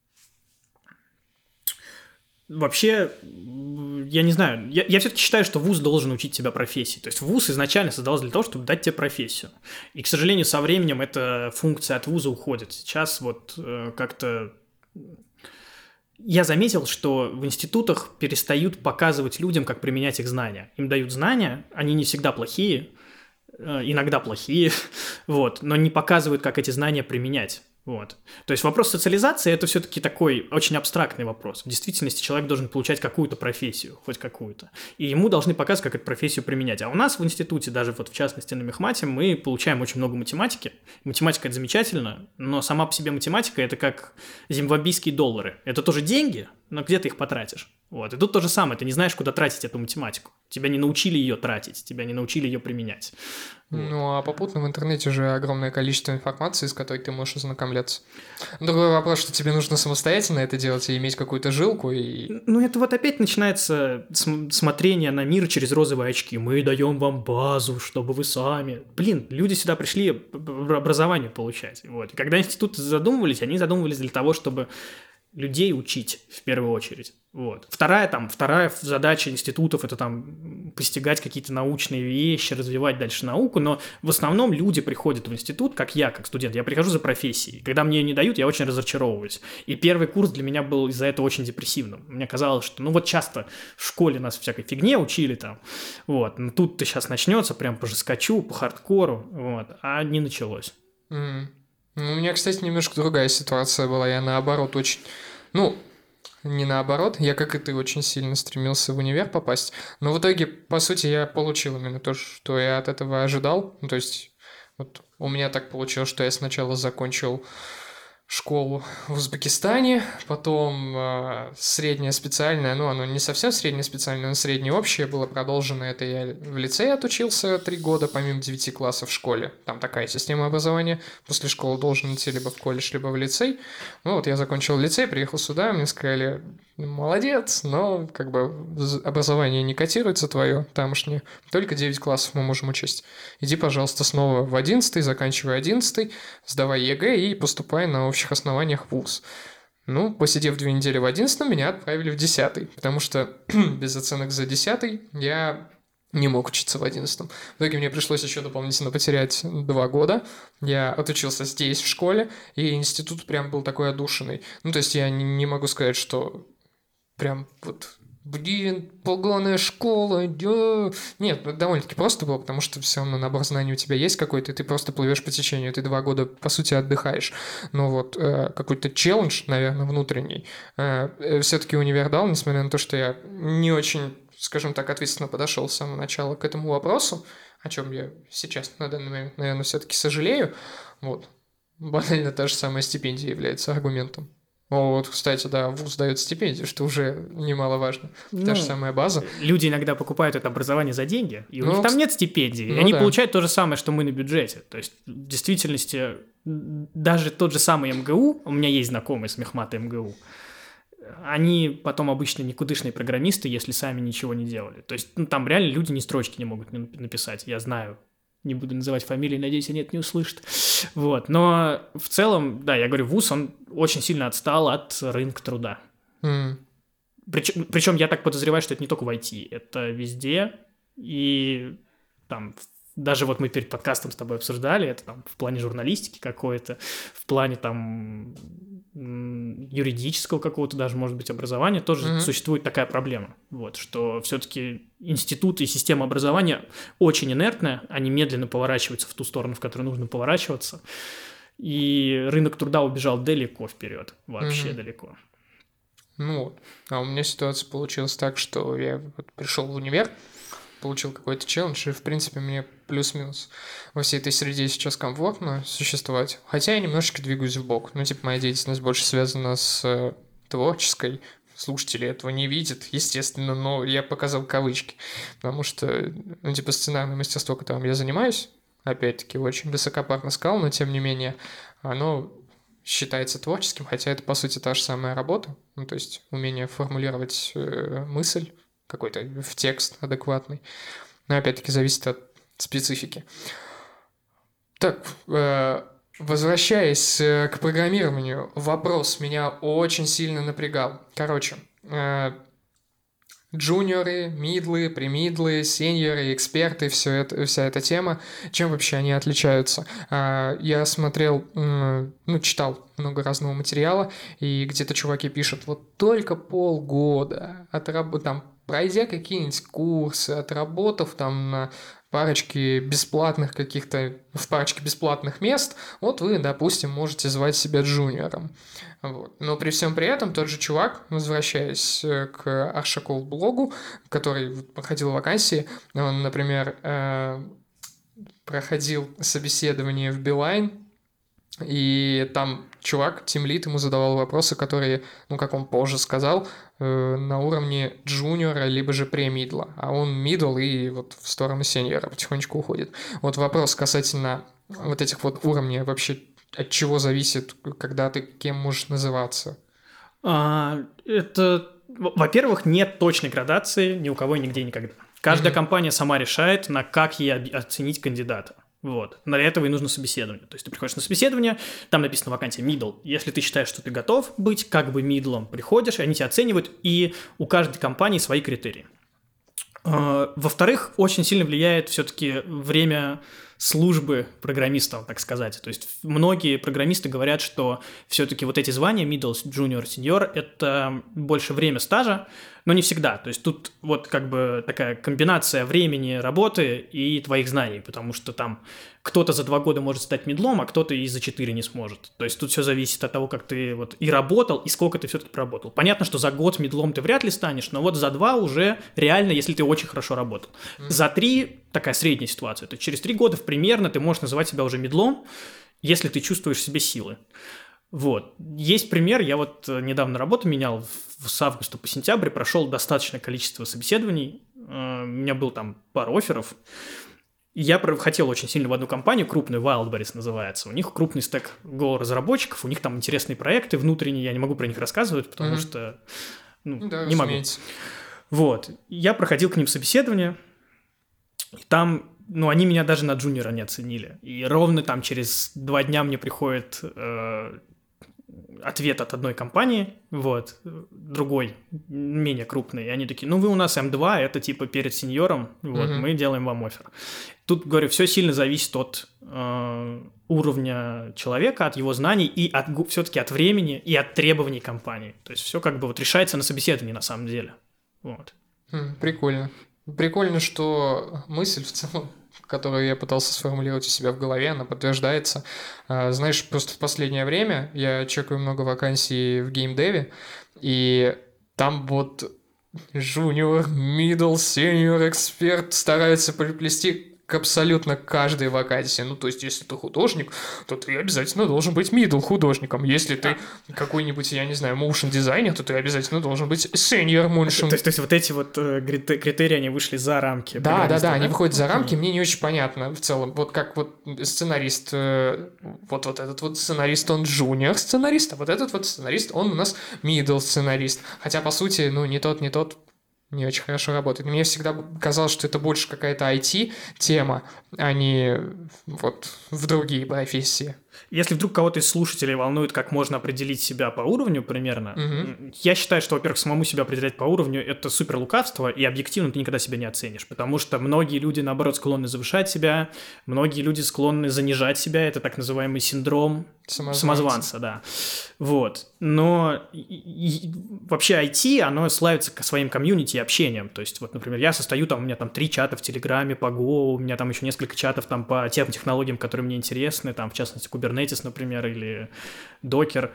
Вообще, я не знаю, я, я все-таки считаю, что вуз должен учить тебя профессии. То есть вуз изначально создавался для того, чтобы дать тебе профессию. И, к сожалению, со временем эта функция от вуза уходит. Сейчас вот э, как-то... Я заметил, что в институтах перестают показывать людям, как применять их знания. Им дают знания, они не всегда плохие, э, иногда плохие, вот, но не показывают, как эти знания применять. Вот. То есть вопрос социализации – это все-таки такой очень абстрактный вопрос. В действительности человек должен получать какую-то профессию, хоть какую-то. И ему должны показывать, как эту профессию применять. А у нас в институте, даже вот в частности на мехмате, мы получаем очень много математики. Математика – это замечательно, но сама по себе математика – это как зимбабвийские доллары. Это тоже деньги, но где ты их потратишь? Вот. И тут то же самое, ты не знаешь, куда тратить эту математику. Тебя не научили ее тратить, тебя не научили ее применять. Вот. Ну, а попутно в интернете же огромное количество информации, с которой ты можешь ознакомляться. Другой вопрос, что тебе нужно самостоятельно это делать и иметь какую-то жилку. И... Ну, это вот опять начинается см- смотрение на мир через розовые очки. Мы даем вам базу, чтобы вы сами... Блин, люди сюда пришли образование получать. Вот. И когда институты задумывались, они задумывались для того, чтобы людей учить в первую очередь. Вот. Вторая, там, вторая задача институтов – это там постигать какие-то научные вещи, развивать дальше науку, но в основном люди приходят в институт, как я, как студент, я прихожу за профессией. Когда мне ее не дают, я очень разочаровываюсь. И первый курс для меня был из-за этого очень депрессивным. Мне казалось, что, ну вот часто в школе нас всякой фигне учили там, вот, но тут-то сейчас начнется прям по жескачу, по хардкору, вот, а не началось. Mm. Ну, у меня, кстати, немножко другая ситуация была. Я наоборот очень... Ну, не наоборот. Я, как и ты, очень сильно стремился в универ попасть. Но в итоге, по сути, я получил именно то, что я от этого ожидал. Ну, то есть, вот у меня так получилось, что я сначала закончил школу в Узбекистане, потом э, среднее специальное, ну, оно не совсем среднее специальное, но среднее общее было продолжено. Это я в лицее отучился три года, помимо девяти классов в школе. Там такая система образования. После школы должен идти либо в колледж, либо в лицей. Ну, вот я закончил лицей, приехал сюда, мне сказали, молодец, но как бы образование не котируется твое тамошнее, только девять классов мы можем учесть. Иди, пожалуйста, снова в одиннадцатый, заканчивай одиннадцатый, сдавай ЕГЭ и поступай на общих основаниях в вуз. Ну, посидев две недели в одиннадцатом, меня отправили в десятый, потому что без оценок за десятый я не мог учиться в одиннадцатом. В итоге мне пришлось еще дополнительно потерять два года. Я отучился здесь, в школе, и институт прям был такой одушенный. Ну, то есть я не могу сказать, что прям вот... Блин, поганая школа, да. Нет, ну, довольно-таки просто было, потому что все равно набор знаний у тебя есть какой-то, и ты просто плывешь по течению, ты два года, по сути, отдыхаешь. Но вот э, какой-то челлендж, наверное, внутренний, э, все-таки универ дал, несмотря на то, что я не очень, скажем так, ответственно подошел с самого начала к этому вопросу, о чем я сейчас на данный момент, наверное, все-таки сожалею. Вот. Банально та же самая стипендия является аргументом. Вот, кстати, да, вуз дает стипендию, что уже немаловажно. Ну, та же самая база. Люди иногда покупают это образование за деньги, и у ну, них там нет стипендий. Ну, и они да. получают то же самое, что мы на бюджете. То есть, в действительности, даже тот же самый МГУ, у меня есть знакомые с мехмата МГУ, они потом обычно никудышные программисты, если сами ничего не делали. То есть, ну, там реально люди ни строчки не могут написать, я знаю. Не буду называть фамилии, надеюсь, они это не услышат. Вот. Но в целом, да, я говорю, вуз, он очень сильно отстал от рынка труда. Mm. Причем, причем я так подозреваю, что это не только в ай ти, это везде. И там даже вот мы перед подкастом с тобой обсуждали, это там в плане журналистики какой-то, в плане там юридического какого-то даже, может быть, образования, тоже mm-hmm. существует такая проблема, вот, что все-таки институты и система образования очень инертная, они медленно поворачиваются в ту сторону, в которую нужно поворачиваться, и рынок труда убежал далеко вперед, вообще mm-hmm. далеко. Ну вот, а у меня ситуация получилась так, что я вот пришел в универ, получил какой-то челлендж, и, в принципе, мне плюс-минус во всей этой среде сейчас комфортно существовать. Хотя я немножечко двигаюсь вбок. Ну, типа, моя деятельность больше связана с творческой. Слушатели этого не видят, естественно, но я показал кавычки. Потому что, ну, типа, сценарное мастерство, которым я занимаюсь, опять-таки, очень высокопарно сказал, но, тем не менее, оно считается творческим, хотя это, по сути, та же самая работа. Ну, то есть, умение формулировать э, мысль, какой-то в текст адекватный. Но опять-таки зависит от специфики. Так, э, возвращаясь к программированию, вопрос меня очень сильно напрягал. Короче, э, джуниоры, мидлы, премидлы, сеньоры, эксперты, все это, вся эта тема, чем вообще они отличаются? Э, я смотрел, э, ну, читал много разного материала, и где-то чуваки пишут, вот только полгода отраб... там, пройдя какие-нибудь курсы, отработав там на парочке бесплатных каких-то, в парочке бесплатных мест, вот вы, допустим, можете звать себя джуниором. Вот. Но при всем при этом тот же чувак, возвращаясь к Аршаков блогу, который проходил вакансии, он, например, проходил собеседование в Билайн, и там чувак, тимлид, ему задавал вопросы, которые, ну, как он позже сказал, э, на уровне джуниора, либо же премидла. А он мидл и вот в сторону сеньора потихонечку уходит. Вот вопрос касательно вот этих вот уровней. Вообще, от чего зависит, когда ты кем можешь называться? А, это, во-первых, нет точной градации ни у кого и нигде никогда. Каждая mm-hmm. компания сама решает, на как ей оценить кандидата. Вот. Для этого и нужно собеседование. То есть ты приходишь на собеседование, там написано вакансия middle. Если ты считаешь, что ты готов быть как бы мидлом, приходишь, и они тебя оценивают, и у каждой компании свои критерии. Во-вторых, очень сильно влияет все-таки время службы программистов, так сказать. То есть многие программисты говорят, что все-таки вот эти звания middle, junior, senior – это больше время стажа, но не всегда. То есть тут вот как бы такая комбинация времени работы и твоих знаний, потому что там кто-то за два года может стать мидлом, а кто-то и за четыре не сможет. То есть тут все зависит от того, как ты вот и работал, и сколько ты все-таки проработал. Понятно, что за год мидлом ты вряд ли станешь, но вот за два уже реально, если ты очень хорошо работал. Mm-hmm. За три такая средняя ситуация. То есть через три года примерно ты можешь называть себя уже мидлом, если ты чувствуешь в себе силы. Вот. Есть пример, я вот недавно работу менял, с августа по сентябрь прошел достаточное количество собеседований, у меня было там пару офферов, и я хотел очень сильно в одну компанию, крупную, Wildberries называется, у них крупный стек Go-разработчиков, у них там интересные проекты внутренние, я не могу про них рассказывать, потому mm-hmm. что ну, да, не могу. Вот, я проходил к ним собеседование, и там... Ну, они меня даже на джуниора не оценили. И ровно там через два дня мне приходит э, ответ от одной компании, вот, другой, менее крупный. И они такие, ну, вы у нас эм два, это типа перед сеньором, вот, mm-hmm. мы делаем вам оффер. Тут, говорю, все сильно зависит от э, уровня человека, от его знаний и от, все-таки от времени и от требований компании. То есть все как бы вот решается на собеседовании на самом деле. Вот. Mm, прикольно. Прикольно, что мысль в целом, которую я пытался сформулировать у себя в голове, она подтверждается. Знаешь, просто в последнее время я чекаю много вакансий в геймдеве, и там вот junior, middle, senior, эксперт стараются приплести к абсолютно каждой вакансии. Ну, то есть, если ты художник, то ты обязательно должен быть middle художником. Если ты какой-нибудь, я не знаю, motion дизайнер, то ты обязательно должен быть senior motion. То есть, то есть вот эти вот э, критерии, они вышли за рамки. Да, да, да, они выходят за рамки, мне не очень понятно в целом. Вот как вот сценарист, э, вот, вот этот вот сценарист, он junior сценарист, а вот этот вот сценарист, он у нас middle сценарист. Хотя, по сути, ну, не тот, не тот, не очень хорошо работает. Мне всегда казалось, что это больше какая-то ай ти-тема, а не вот в другие профессии. Если вдруг кого-то из слушателей волнует, как можно определить себя по уровню примерно, Мгм. я считаю, что, во-первых, самому себя определять по уровню – это супер лукавство, и объективно ты никогда себя не оценишь, потому что многие люди, наоборот, склонны завышать себя, многие люди склонны занижать себя, это так называемый синдром Самозванца. самозванца, да. Вот. Но и- и- вообще ай ти, оно славится к- своим комьюнити и общением. То есть, вот, например, я состою, там, у меня там три чата в Телеграме по Go, у меня там еще несколько чатов там по тем технологиям, которые мне интересны, там, в частности, Kubernetes, например, или Docker.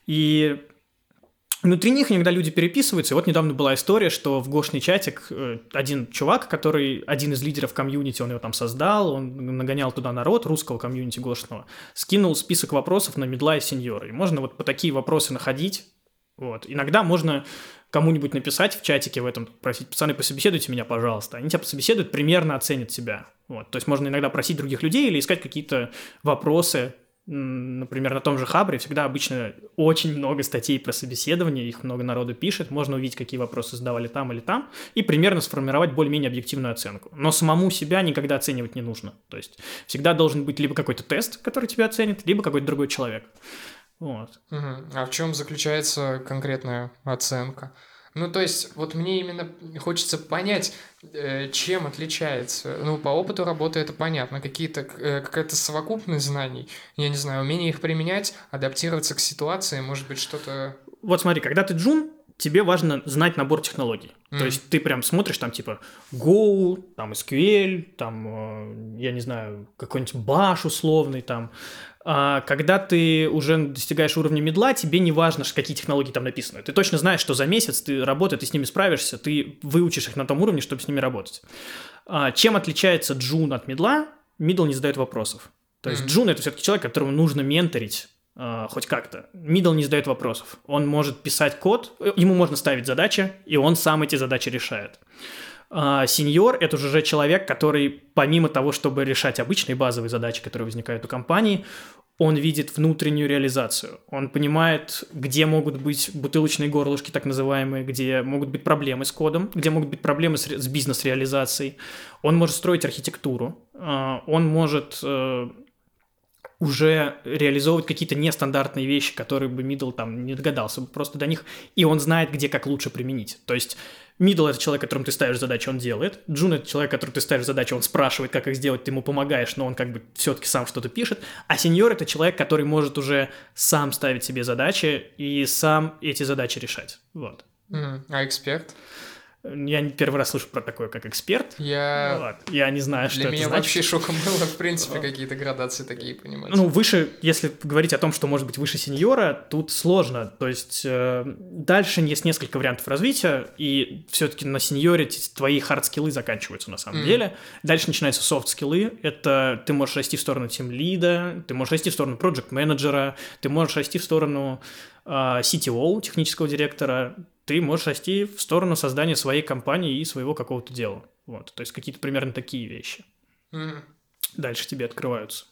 И внутри них иногда люди переписываются. И вот недавно была история, что в гошный чатик э, один чувак, который один из лидеров комьюнити, он его там создал, он нагонял туда народ русского комьюнити гошного, скинул список вопросов на мидла и сеньора. И можно вот по такие вопросы находить. Вот. Иногда можно кому-нибудь написать в чатике в этом, просить: пацаны, пособеседуйте меня, пожалуйста. Они тебя пособеседуют, примерно оценят себя. Вот. То есть можно иногда просить других людей или искать какие-то вопросы. М, Например, на том же Хабре всегда обычно очень много статей про собеседование, их много народу пишет, можно увидеть, какие вопросы задавали там или там, и примерно сформировать более-менее объективную оценку. Но самому себя никогда оценивать не нужно. То есть всегда должен быть либо какой-то тест, который тебя оценит, либо какой-то другой человек. Вот. Мгм. А в чем заключается конкретная оценка? Ну, то есть, вот мне именно хочется понять, э, чем отличается. Ну, по опыту работы это понятно. Какие-то, э, какая-то совокупность знаний, я не знаю, умение их применять, адаптироваться к ситуации, может быть, что-то... Вот смотри, когда ты джун, тебе важно знать набор технологий. То Мгм. есть ты прям смотришь там типа Go, там эс кью эль, там, э, я не знаю, какой-нибудь Bash условный там. А когда ты уже достигаешь уровня мидла, тебе не важно, ш- какие технологии там написаны. Ты точно знаешь, что за месяц ты работаешь, ты с ними справишься, ты выучишь их на том уровне, чтобы с ними работать. А, чем отличается джун от мидла? Мидл не задает вопросов. То есть Мгм. джун – это все-таки человек, которому нужно менторить а, хоть как-то. Мидл не задает вопросов. Он может писать код, э, ему можно ставить задачи, и он сам эти задачи решает. А, Сеньор – это уже человек, который помимо того, чтобы решать обычные базовые задачи, которые возникают у компании, он видит внутреннюю реализацию. Он понимает, где могут быть бутылочные горлышки, так называемые, где могут быть проблемы с кодом, где могут быть проблемы с, ре- с бизнес-реализацией. Он может строить архитектуру. А, Он может э, уже реализовывать какие-то нестандартные вещи, которые бы middle там не догадался бы просто до них, и он знает, где как лучше применить. То есть middle – это человек, которому ты ставишь задачу, он делает. Джун – это человек, которому ты ставишь задачу, он спрашивает, как их сделать, ты ему помогаешь, но он как бы все-таки сам что-то пишет. А сеньор – это человек, который может уже сам ставить себе задачи и сам эти задачи решать. Вот. Мгм. А эксперт? Я не первый раз слышу про такое, как эксперт. Я... Вот. Я не знаю, что Для это меня значит. вообще шоком было, в принципе, какие-то градации такие понимать. Ну, выше, если говорить о том, что может быть выше сеньора, тут сложно. То есть э, дальше есть несколько вариантов развития, и все-таки на сеньоре т- твои хард-скиллы заканчиваются на самом Мгм. деле. деле. Дальше начинаются софт-скиллы. Это ты можешь расти в сторону тимлида, ты можешь расти в сторону проект-менеджера, ты можешь расти в сторону э, си ти о, технического директора, ты можешь расти в сторону создания своей компании и своего какого-то дела. Вот. То есть какие-то примерно такие вещи. Мгм. Дальше тебе открываются.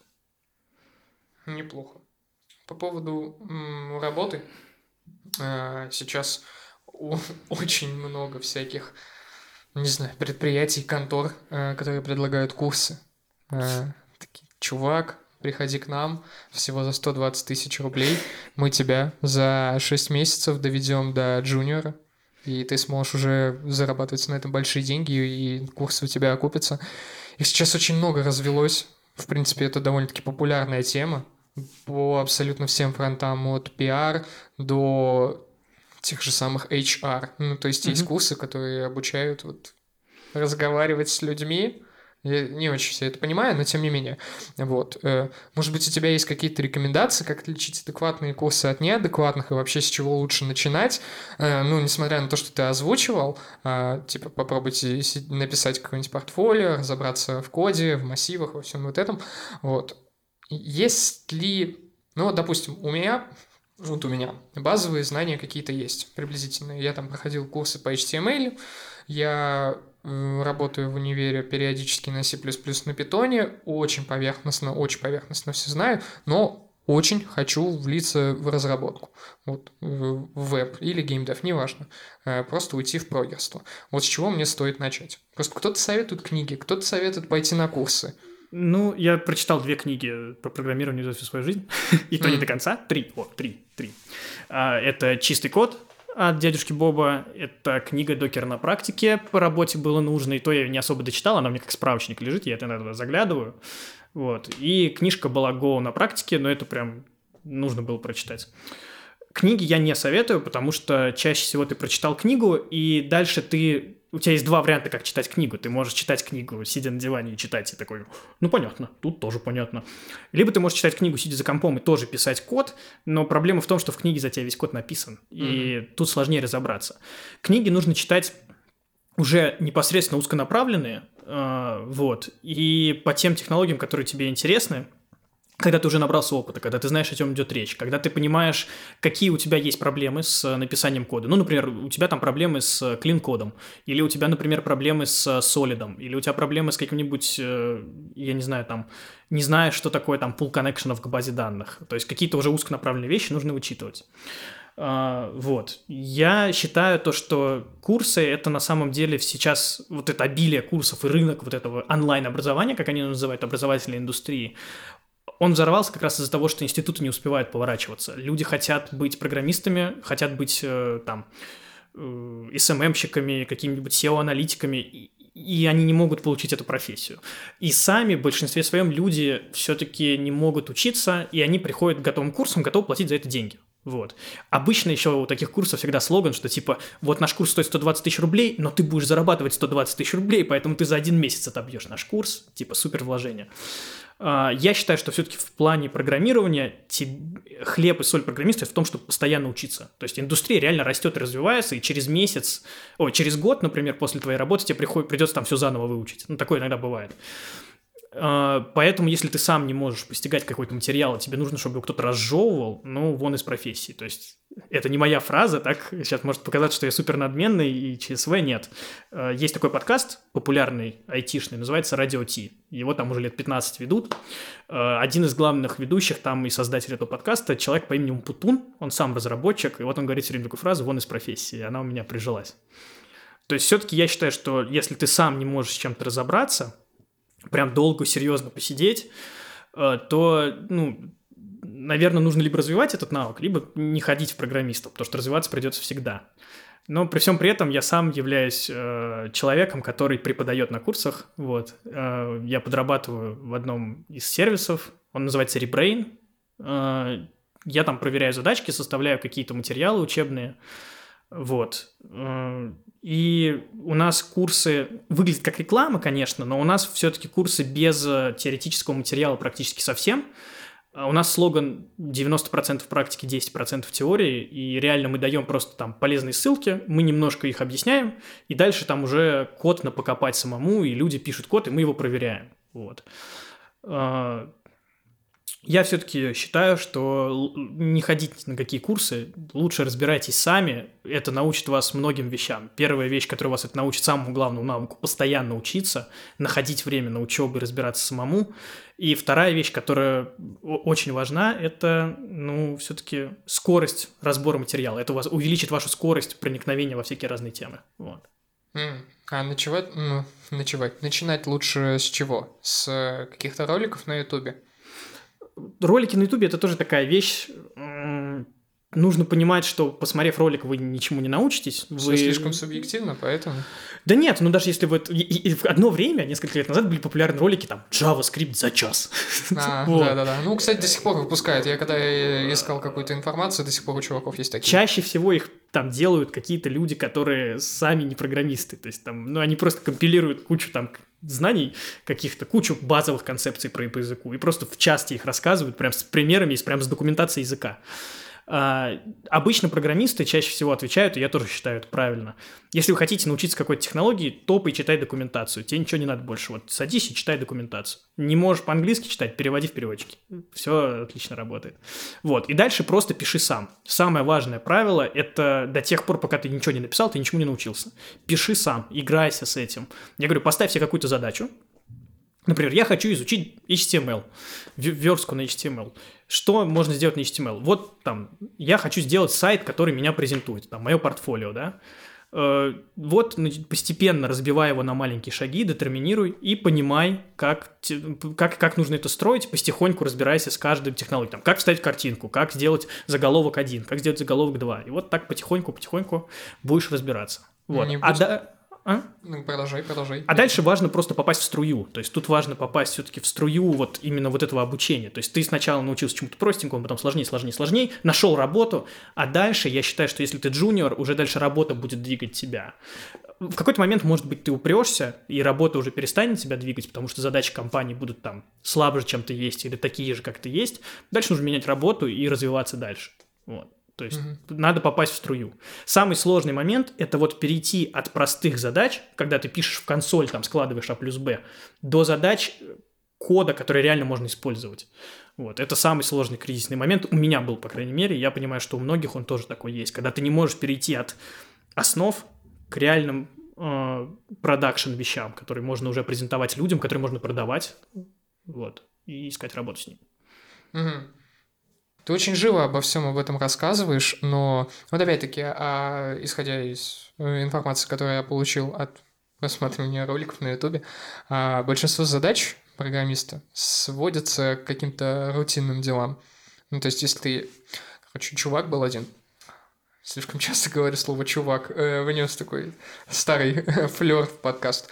Неплохо. По поводу м, работы, а, сейчас о- очень много всяких, не знаю, предприятий, контор, а, которые предлагают курсы. А, такие: чувак, приходи к нам, всего за сто двадцать тысяч рублей, мы тебя за шесть месяцев доведем до джуниора, и ты сможешь уже зарабатывать на этом большие деньги, и курсы у тебя окупятся. Их сейчас очень много развелось. В принципе, это довольно-таки популярная тема по абсолютно всем фронтам, от пиар до тех же самых эйч ар. Ну, то есть есть Мгм. курсы, которые обучают вот разговаривать с людьми. Я не очень все это понимаю, но тем не менее. Вот. э, Может быть, у тебя есть какие-то рекомендации, как отличить адекватные курсы от неадекватных, и вообще с чего лучше начинать? Э, Ну, несмотря на то, что ты озвучивал, а, типа попробуйте си- написать какое-нибудь портфолио, разобраться в коде, в массивах, во всем вот этом. Вот. Есть ли... Ну, вот, допустим, у меня... Вот у меня базовые знания какие-то есть, приблизительные. Я там проходил курсы по эйч ти эм эль, я э, работаю в универе периодически на C++, на питоне, очень поверхностно, очень поверхностно все знаю, но очень хочу влиться в разработку, вот, в в веб или геймдев, неважно, э, просто уйти в прогерство. Вот с чего мне стоит начать? Просто кто-то советует книги, кто-то советует пойти на курсы. Ну, я прочитал две книги по программированию за всю свою жизнь, и то не до конца. Три, о, три, три. Это «Чистый код» от дядюшки Боба, это книга «Докер на практике», по работе было нужно, и то я не особо дочитал, она у меня как справочник лежит, я это иногда заглядываю. Вот. И книжка была «Go на практике», но это прям нужно было прочитать. Книги я не советую, потому что чаще всего ты прочитал книгу, и дальше ты... У тебя есть два варианта, как читать книгу. Ты можешь читать книгу, сидя на диване и читать, и такой, ну, понятно, тут тоже понятно. Либо ты можешь читать книгу, сидя за компом, и тоже писать код, но проблема в том, что в книге за тебя весь код написан, и mm-hmm. тут сложнее разобраться. Книги нужно читать уже непосредственно узконаправленные, э, вот, и по тем технологиям, которые тебе интересны, когда ты уже набрался опыта, когда ты знаешь, о чем идет речь, когда ты понимаешь, какие у тебя есть проблемы с написанием кода. Ну, например, у тебя там проблемы с клин-кодом, или у тебя, например, проблемы с солидом, или у тебя проблемы с каким-нибудь, я не знаю, там, не знаешь, что такое там pull коннекшенов к базе данных. То есть какие-то уже узконаправленные вещи нужно вычитывать. Uh, вот. Я считаю то, что курсы — это на самом деле сейчас вот это обилие курсов и рынок вот этого онлайн-образования, как они называют, образовательной индустрии, он взорвался как раз из-за того, что институты не успевают поворачиваться. Люди хотят быть программистами, хотят быть э, там э, эс эм эм-щиками, какими-нибудь сео-аналитиками, и, и они не могут получить эту профессию. И сами в большинстве своем люди все-таки не могут учиться, и они приходят к готовым курсам, готовы платить за это деньги. Вот. Обычно еще у таких курсов всегда слоган, что типа вот наш курс стоит сто двадцать тысяч рублей, но ты будешь зарабатывать сто двадцать тысяч рублей, поэтому ты за один месяц отобьешь наш курс, типа супер вложение. Я считаю, что все-таки в плане программирования хлеб и соль программиста в том, чтобы постоянно учиться. То есть индустрия реально растет и развивается, и через месяц, ой, через год, например, после твоей работы тебе приходит, придется там все заново выучить. Ну, такое иногда бывает. Поэтому, если ты сам не можешь постигать какой-то материал, тебе нужно, чтобы его кто-то разжевывал, ну, вон из профессии. То есть это не моя фраза, так сейчас может показаться, что я супер надменный, и ЧСВ нет. Есть такой подкаст популярный, айтишный, называется «Радио Ти». Его там уже лет пятнадцать ведут. Один из главных ведущих там и создатель этого подкаста — человек по имени Умпутун, он сам разработчик, и вот он говорит все время такую фразу «вон из профессии», и она у меня прижилась. То есть все-таки я считаю, что если ты сам не можешь с чем-то разобраться, прям долго, серьезно посидеть, то, ну, наверное, нужно либо развивать этот навык, либо не ходить в программиста, потому что развиваться придется всегда. Но при всем при этом я сам являюсь э, человеком, который преподает на курсах. Вот. Э, я подрабатываю в одном из сервисов, он называется Rebrain. Э, я там проверяю задачки, составляю какие-то материалы учебные. Вот. И у нас курсы выглядят как реклама, конечно, но у нас все-таки курсы без теоретического материала практически совсем. У нас слоган девяносто процентов практики, десять процентов теории, и реально мы даем просто там полезные ссылки, мы немножко их объясняем, и дальше там уже код напокопать самому, и люди пишут код, и мы его проверяем. Вот. Я все-таки считаю, что не ходите на какие курсы, лучше разбирайтесь сами, это научит вас многим вещам. Первая вещь, которая вас это научит самому главному навыку – постоянно учиться, находить время на учебу и разбираться самому. И вторая вещь, которая очень важна, это, ну, все-таки скорость разбора материала. Это у вас увеличит вашу скорость проникновения во всякие разные темы. Вот. Mm. А ночевать, ну, ночевать, начинать лучше с чего? С каких-то роликов на Ютубе? Ролики на Ютубе – это тоже такая вещь. Нужно понимать, что, посмотрев ролик, вы ничему не научитесь. Все вы... слишком субъективно, поэтому… Да нет, ну даже если вы… И, и в одно время, несколько лет назад, были популярны ролики, там, JavaScript за час. А, вот. Да-да-да. Ну, кстати, до сих пор выпускают. Я когда искал какую-то информацию, до сих пор у чуваков есть такие. Чаще всего их там делают какие-то люди, которые сами не программисты. То есть там, ну, они просто компилируют кучу там знаний каких-то, кучу базовых концепций про по языку и просто в части их рассказывают прям с примерами, прям с документацией языка. А, обычно программисты чаще всего отвечают, и я тоже считаю это правильно. Если вы хотите научиться какой-то технологии, топай и читай документацию. Тебе ничего не надо больше. Вот садись и читай документацию. Не можешь по-английски читать, переводи в переводчики. Все отлично работает. Вот. И дальше просто пиши сам. Самое важное правило – это до тех пор, пока ты ничего не написал, ты ничему не научился. Пиши сам, играйся с этим. Я говорю, поставь себе какую-то задачу. Например, я хочу изучить эйч ти эм эл, верстку на эйч ти эм эл. Что можно сделать на эйч ти эм эл? Вот там, я хочу сделать сайт, который меня презентует, там, мое портфолио, да? Э, вот постепенно разбивай его на маленькие шаги, детерминируй и понимай, как, как, как нужно это строить, потихоньку разбирайся с каждой технологией. Там, как вставить картинку, как сделать заголовок один, как сделать заголовок два. И вот так потихоньку-потихоньку будешь разбираться. Вот. Не а будет... да... А? Ну, продолжай, продолжай. А дальше важно просто попасть в струю. То есть тут важно попасть все-таки в струю вот именно вот этого обучения. То есть ты сначала научился чему-то простенькому, потом сложнее, сложнее, сложнее, нашел работу, а дальше я считаю, что если ты джуниор, уже дальше работа будет двигать тебя. В какой-то момент, может быть, ты упрешься, и работа уже перестанет тебя двигать, потому что задачи компании будут там слабже, чем ты есть, или такие же, как ты есть. Дальше нужно менять работу и развиваться дальше. Вот. То есть mm-hmm. надо попасть в струю. Самый сложный момент – это вот перейти от простых задач, когда ты пишешь в консоль, там складываешь А плюс Б, до задач кода, который реально можно использовать. Вот. Это самый сложный кризисный момент. У меня был, по крайней мере. Я понимаю, что у многих он тоже такой есть. Когда ты не можешь перейти от основ к реальным продакшн э, вещам, которые можно уже презентовать людям, которые можно продавать, вот, и искать работу с ними. Mm-hmm. Ты очень живо обо всем об этом рассказываешь, но вот опять-таки, а, исходя из информации, которую я получил от просматривания роликов на Ютубе, а, большинство задач программиста сводятся к каким-то рутинным делам. Ну, то есть, если ты... Короче, чувак был один. Слишком часто говорю слово «чувак». Э, внес такой старый флёр в подкаст.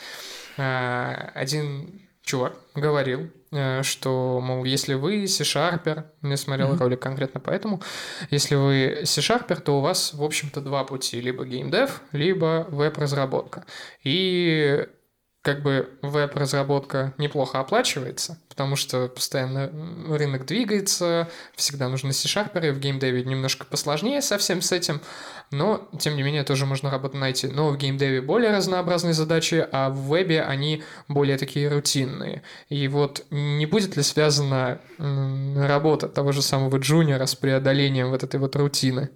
А, один чувак говорил, что, мол, если вы C-шарпер, я смотрел mm-hmm. ролик конкретно поэтому, если вы C-шарпер, то у вас, в общем-то, два пути, либо геймдев, либо веб-разработка. И как бы веб-разработка неплохо оплачивается, потому что постоянно рынок двигается, всегда нужны C-шарперы, в геймдеве немножко посложнее совсем с этим, но, тем не менее, тоже можно работу найти. Но в геймдеве более разнообразные задачи, а в вебе они более такие рутинные. И вот не будет ли связана работа того же самого джуниора с преодолением вот этой вот рутины?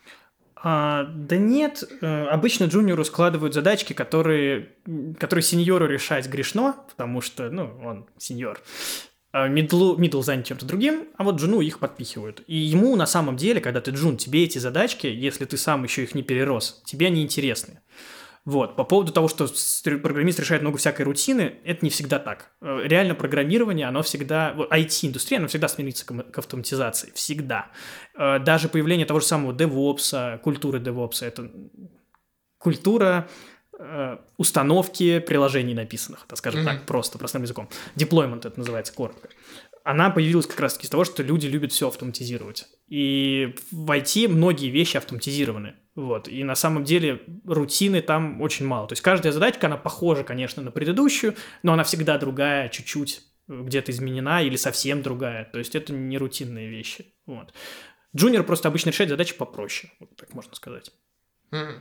А, да нет, обычно джуниору складывают задачки, которые, которые сеньору решать грешно, потому что, ну, он сеньор. Мидлу, мидл занят чем-то другим, а вот джуну их подпихивают. И ему на самом деле, когда ты джун, тебе эти задачки, если ты сам еще их не перерос, тебе они интересны. Вот. По поводу того, что программист решает много всякой рутины, это не всегда так. Реально программирование, оно всегда... ай ти-индустрия, оно всегда стремится к автоматизации. Всегда. Даже появление того же самого DevOps, культуры DevOps, это культура установки приложений написанных, так скажем mm-hmm. так, просто, простым языком. Deployment это называется коротко. Она появилась как раз-таки из того, что люди любят все автоматизировать. И в ай ти многие вещи автоматизированы. Вот. И на самом деле рутины там очень мало. То есть каждая задачка, она похожа, конечно, на предыдущую, но она всегда другая, чуть-чуть где-то изменена или совсем другая. То есть это не рутинные вещи. Вот. Джуниор просто обычно решает задачи попроще, вот так можно сказать. Mm.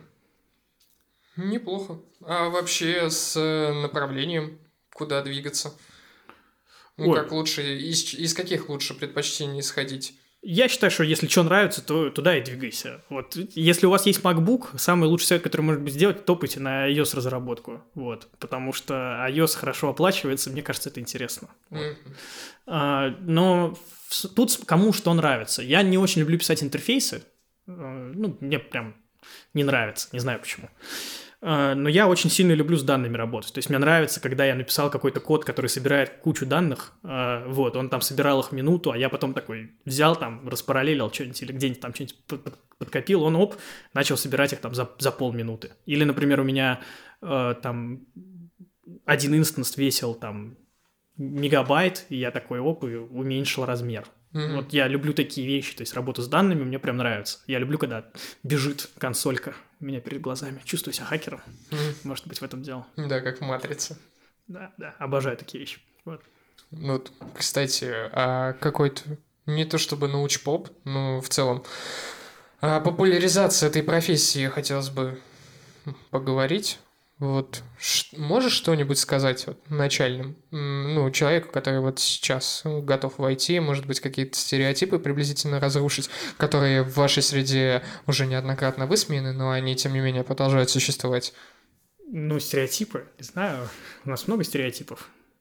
Неплохо. А вообще с направлением, куда двигаться? Ну, Ой. как лучше, из, из каких лучше предпочтений исходить? Я считаю, что если что нравится, то туда и двигайся. Вот. Если у вас есть MacBook, самый лучший совет, который может быть сделать, топайте на iOS-разработку. Вот. Потому что iOS хорошо оплачивается, мне кажется, это интересно. Mm-hmm. Вот. А, но тут кому что нравится. Я не очень люблю писать интерфейсы. Ну, мне прям не нравится, не знаю почему. Но я очень сильно люблю с данными работать. То есть мне нравится, когда я написал какой-то код, который собирает кучу данных, вот, он там собирал их минуту, а я потом такой взял там, распараллелил что-нибудь или где-нибудь там что-нибудь подкопил, он, оп, начал собирать их там за, за полминуты. Или, например, у меня там один инстанс весил там мегабайт, и я такой, оп, и уменьшил размер. Mm-hmm. Вот я люблю такие вещи, то есть работа с данными мне прям нравится. Я люблю, когда бежит консолька у меня перед глазами, чувствую себя хакером. Mm-hmm. Может быть, в этом дело. Да, как в «Матрице». Да, да, обожаю такие вещи. Вот. Ну, кстати, а какой-то, не то чтобы научпоп, но в целом, о популяризации этой профессии хотелось бы поговорить. Вот, Ш- можешь что-нибудь сказать вот, начальным, ну, человеку, который вот сейчас готов войти, может быть, какие-то стереотипы приблизительно разрушить, которые в вашей среде уже неоднократно высмеяны, но они, тем не менее, продолжают существовать? Ну, стереотипы, не знаю, у нас много стереотипов.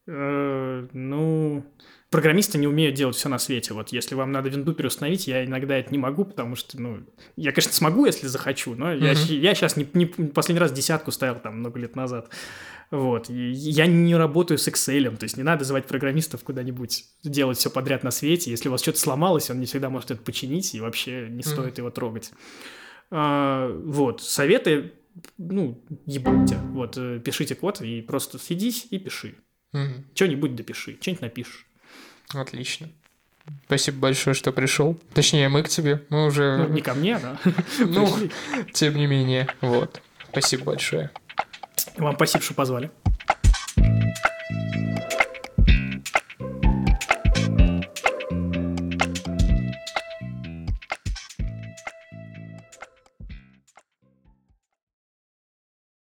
Э, ну, программисты не умеют делать все на свете. Вот если вам надо винду переустановить, я иногда это не могу, потому что, ну, я, конечно, смогу, если захочу, но я, Мгм. я сейчас не, не- последний раз десятку ставил там много лет назад. Вот. И я не работаю с Excel, то есть не надо звать программистов куда-нибудь делать все подряд на свете. Если у вас что-то сломалось, он не всегда может это починить, и вообще не стоит его трогать. А, вот. Советы, ну, ебуйте. Вот, э, пишите код и просто сидись и пиши. Мгм. Что-нибудь допиши, что-нибудь напишешь. Отлично. Спасибо большое, что пришел. Точнее, мы к тебе. Мы Ну, уже... не ко мне, да. Ну, Пришли. тем не менее. Вот. Спасибо большое. Вам спасибо, что позвали.